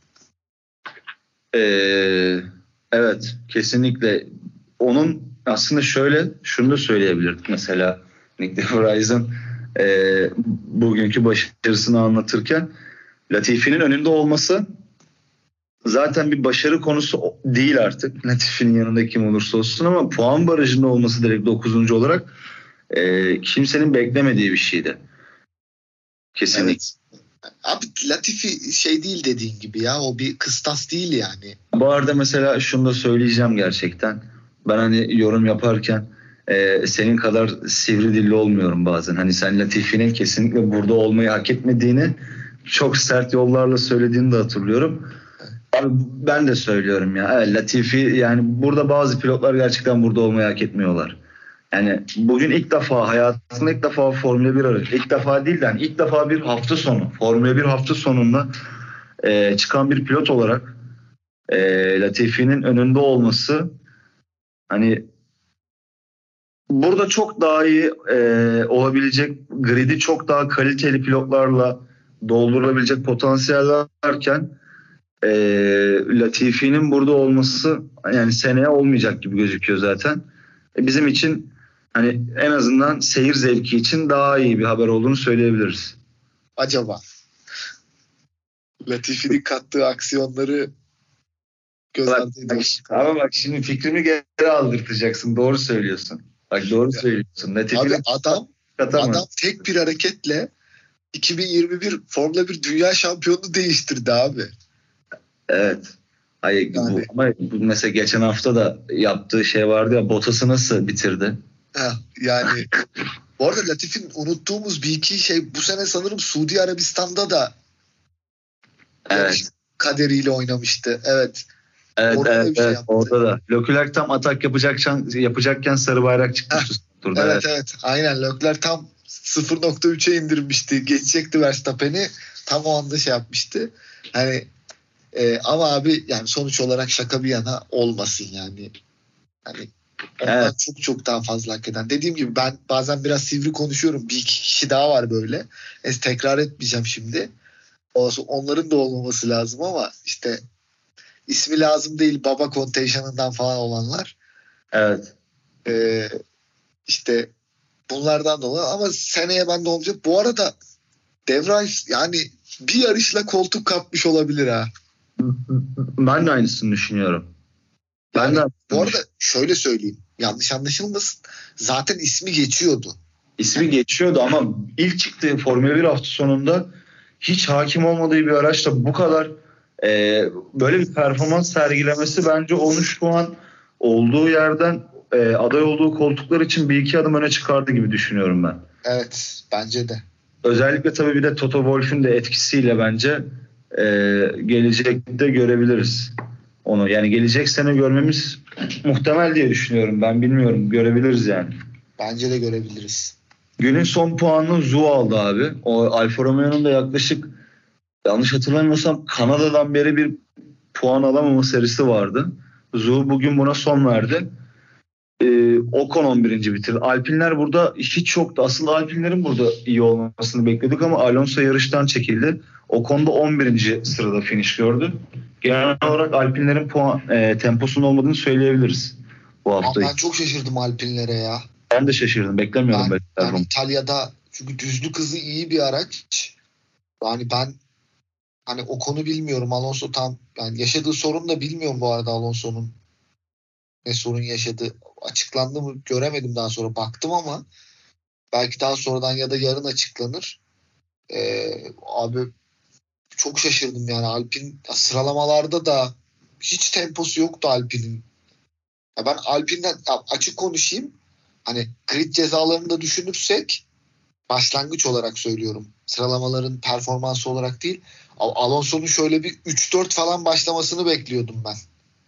Evet, kesinlikle. Onun aslında şunu da söyleyebilirdik mesela Nick de Vries'ın bugünkü başarısını anlatırken, Latifi'nin önünde olması zaten bir başarı konusu değil artık. Latifi'nin yanında kim olursa olsun, ama puan barajında olması direkt 9. olarak kimsenin beklemediği bir şeydi. Kesinlikle. Evet. Abi Latifi şey değil dediğin gibi ya, o bir kıstas değil yani. Bu arada mesela şunu da söyleyeceğim gerçekten. Ben hani yorum yaparken senin kadar sivri dilli olmuyorum bazen. Hani sen Latifi'nin kesinlikle burada olmayı hak etmediğini çok sert yollarla söylediğini de hatırlıyorum. Abi ben de söylüyorum ya. Evet, Latifi, yani burada bazı pilotlar gerçekten burada olmayı hak etmiyorlar. Yani bugün hayatında ilk defa Formula 1 aracı. İlk defa değil de yani ilk defa bir hafta sonu. Formula 1 hafta sonunda çıkan bir pilot olarak Latifi'nin önünde olması, hani burada çok daha iyi olabilecek, gridi çok daha kaliteli pilotlarla doldurulabilecek potansiyel varken Latifi'nin burada olması yani seneye olmayacak gibi gözüküyor zaten. Bizim için hani en azından seyir zevki için daha iyi bir haber olduğunu söyleyebiliriz. Acaba Latifi'nin kattığı aksiyonları göz ardı ediyorsun. Ama bak şimdi fikrimi geri aldırtacaksın. Doğru söylüyorsun. Bak doğru söylüyorsun. Abi adam tek bir hareketle 2021 Formula 1 dünya şampiyonunu değiştirdi abi. Evet. Hayır, yani. Ama mesela geçen hafta da yaptığı şey vardı ya, Bottas'ı nasıl bitirdi? Yani bu arada Latifi'nin unuttuğumuz bir iki şey, bu sene sanırım Suudi Arabistan'da da kaderiyle oynamıştı. Evet. Evet, şey orada da. Leclerc tam atak yapacakken sarı bayrak çıkmıştı. Evet. Aynen, Leclerc tam 0.3'e indirmişti. Geçecekti Verstappen'i. Tam o anda şey yapmıştı. Hani ama abi yani sonuç olarak şaka bir yana olmasın yani. Hani ondan çok daha fazla hak eden. Dediğim gibi ben bazen biraz sivri konuşuyorum. Bir iki kişi daha var böyle. Tekrar etmeyeceğim şimdi. Onların da olmaması lazım ama işte ismi lazım değil, baba kontenjanından falan olanlar. Evet. İşte bunlardan dolayı, ama seneye ben de olacak. Bu arada De Vries yani bir yarışla koltuk kapmış olabilir ha. Ben de aynısını düşünüyorum. Bu arada şöyle söyleyeyim, yanlış anlaşılmasın. Zaten ismi geçiyordu. İsmi geçiyordu ama ilk çıktığı Formula 1 hafta sonunda hiç hakim olmadığı bir araçla bu kadar böyle bir performans sergilemesi bence onu şu an olduğu yerden aday olduğu koltuklar için bir iki adım öne çıkardı gibi düşünüyorum ben. Evet, bence de. Özellikle tabii bir de Toto Wolff'ün de etkisiyle bence gelecekte görebiliriz onu. Yani gelecek sene görmemiz muhtemel diye düşünüyorum. Ben bilmiyorum. Görebiliriz yani. Bence de görebiliriz. Günün son puanını Zhou aldı abi. O Alfa Romeo'nun da yaklaşık, yanlış hatırlamıyorsam Kanada'dan beri bir puan alamama serisi vardı. Zhou bugün buna son verdi. Ocon 11. bitirdi. Alpinler burada hiç yoktu. Aslında Alpinlerin burada iyi olmasını bekledik ama Alonso yarıştan çekildi. Ocon da 11. sırada finish gördü. Genel olarak Alpinlerin temposunun olmadığını söyleyebiliriz bu hafta. Ben çok şaşırdım Alpinlere ya. Ben de şaşırdım. Beklemiyordum. Yani İtalya'da çünkü düzlük hızı iyi bir araç. Yani ben hani o konu bilmiyorum. Alonso tam yani yaşadığı sorun da bilmiyorum bu arada Alonso'nun ne sorun yaşadı. Açıklandı mı göremedim daha sonra baktım ama belki daha sonradan ya da yarın açıklanır. Abi çok şaşırdım yani Alpin sıralamalarda da hiç temposu yoktu Alpin'in. Ya ben Alpin'den açık konuşayım. Hani grid cezalarını da düşünürsek başlangıç olarak söylüyorum. Sıralamaların performansı olarak değil. Alonso'nun şöyle bir 3-4 falan başlamasını bekliyordum ben.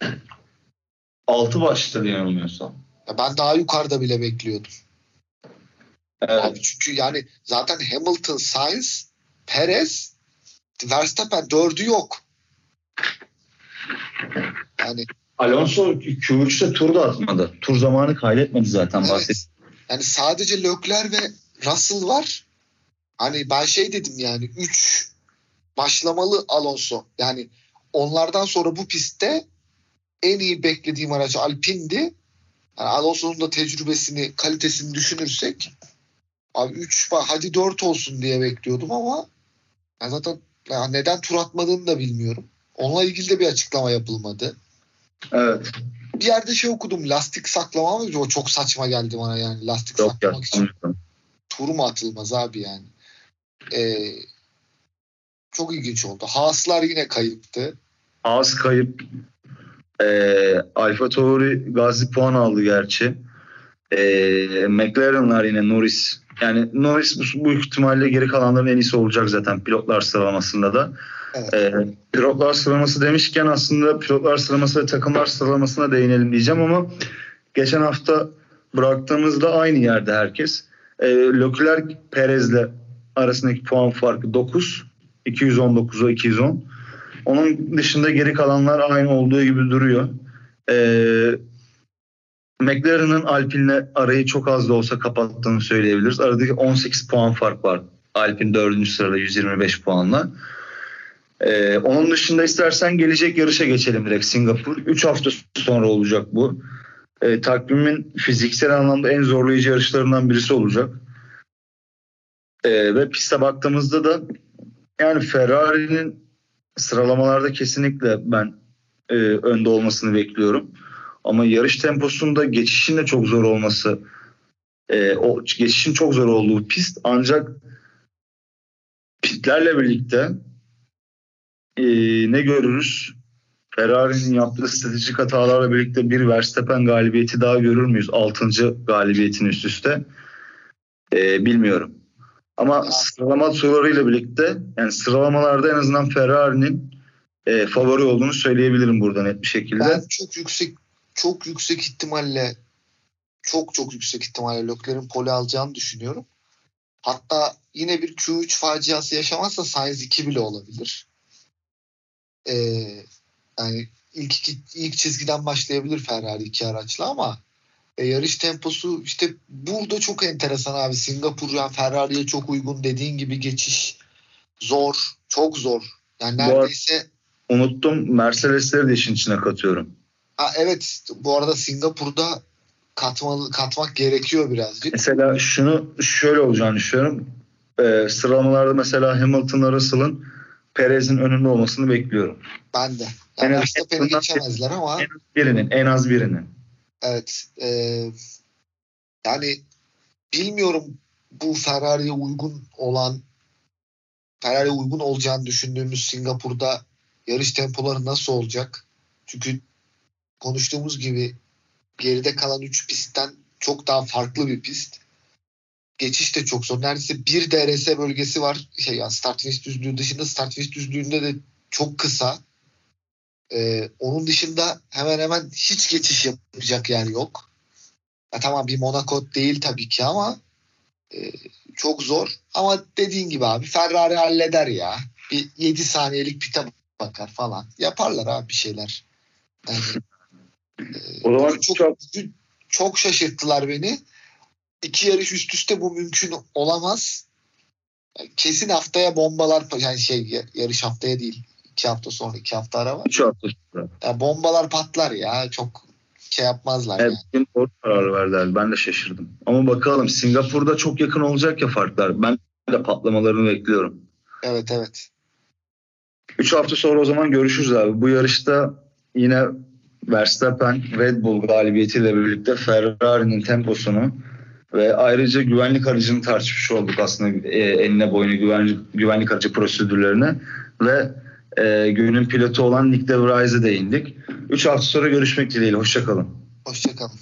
6 başladı yanılmıyorsam. Ya ben daha yukarıda bile bekliyordum. Evet. Abi çünkü yani zaten Hamilton, Sainz, Perez, Verstappen 4'ü yok. Yani Alonso Q3'te tur da atmadı. Tur zamanı kaydetmedi zaten. Evet. Yani sadece Leclerc ve Russell var. Hani ben şey dedim yani 3 başlamalı Alonso. Yani onlardan sonra bu pistte en iyi beklediğim araç Alpine'di. Yani Alonso'nun da tecrübesini, kalitesini düşünürsek abi 3 hadi 4 olsun diye bekliyordum ama yani zaten yani neden tur atmadığını da bilmiyorum. Onunla ilgili de bir açıklama yapılmadı. Evet. Bir yerde şey okudum. Lastik saklama mı? O çok saçma geldi bana yani. Lastik Yok saklamak için tur mu atılmaz abi yani? Çok ilginç oldu. Haaslar yine kayıptı. Haas kayıp. AlphaTauri Gazi puan aldı gerçi. McLaren'lar yine Norris. Yani Norris bu ihtimalle geri kalanların en iyisi olacak zaten pilotlar sıralamasında da. Evet. Pilotlar sıralaması demişken aslında pilotlar sıralaması ve takımlar sıralamasına değinelim diyeceğim ama geçen hafta bıraktığımızda aynı yerde herkes. Leclerc Perez'le arasındaki puan farkı 9. 219'a 210. Onun dışında geri kalanlar aynı olduğu gibi duruyor. McLaren'ın Alpine'le arayı çok az da olsa kapattığını söyleyebiliriz. Aradaki 18 puan fark var. Alpine 4. sırada 125 puanla. Onun dışında istersen gelecek yarışa geçelim direkt Singapur. 3 hafta sonra olacak bu. Takvimin fiziksel anlamda en zorlayıcı yarışlarından birisi olacak. Ve piste baktığımızda da yani Ferrari'nin sıralamalarda kesinlikle ben önde olmasını bekliyorum. Ama yarış temposunda geçişin de çok zor olması, o geçişin çok zor olduğu pist ancak pitlerle birlikte ne görürüz? Ferrari'nin yaptığı stratejik hatalarla birlikte bir Verstappen galibiyeti daha görür müyüz? 6. galibiyetin üst üste. Bilmiyorum. Ama sıralama turlarıyla birlikte yani sıralamalarda en azından Ferrari'nin favori olduğunu söyleyebilirim burada net bir şekilde. Ben çok yüksek ihtimalle Leclerc'in pole alacağını düşünüyorum. Hatta yine bir Q3 faciası yaşamazsa Sainz 2 bile olabilir. Yani ilk çizgiden başlayabilir Ferrari 2 araçla ama yarış temposu işte burada çok enteresan abi. Singapur yani Ferrari'ye çok uygun dediğin gibi geçiş zor. Çok zor. Yani neredeyse unuttum Mercedes'leri de işin içine katıyorum. Evet bu arada Singapur'da katmak gerekiyor birazcık. Mesela şöyle olacağını düşünüyorum. Sıralamalarda mesela Hamilton'la Russell'ın Perez'in önünde olmasını bekliyorum. Ben de. Yani Verstappen'i geçemezler ama en az birinin. Evet. Yani bilmiyorum bu Ferrari'ye uygun olacağını düşündüğümüz Singapur'da yarış tempoları nasıl olacak? Çünkü konuştuğumuz gibi geride kalan 3 pistten çok daha farklı bir pist. Geçiş de çok zor. Neredeyse bir DRS bölgesi var. Yani start finish düzlüğü dışında start finish düzlüğünde de çok kısa. Onun dışında hemen hemen hiç geçiş yapacak yer yok. Ya tamam bir Monaco değil tabii ki ama çok zor. Ama dediğin gibi abi Ferrari halleder ya. Bir 7 saniyelik pite bakar falan. Yaparlar abi bir şeyler. Yani, o zaman çok şaşırttılar beni. 2 yarış üst üste bu mümkün olamaz. Kesin haftaya bombalar, yani yarış haftaya değil. 2 hafta sonra, 2 hafta ara var. 3 hafta sonra. Ya bombalar patlar ya. Çok yapmazlar Evet, yani. bugün doğru karar verdiler. Ben de şaşırdım. Ama bakalım, Singapur'da çok yakın olacak ya farklar. Ben de patlamalarını bekliyorum. Evet. 3 hafta sonra o zaman görüşürüz abi. Bu yarışta yine Verstappen Red Bull galibiyetiyle birlikte Ferrari'nin temposunu ve ayrıca güvenlik aracını tartışmış olduk aslında, enine boyuna güvenlik aracı prosedürlerini ve günün pilotu olan Nick de Vries'e değindik. 3 hafta sonra görüşmek dileğiyle. Hoşça kalın. Hoşça kalın.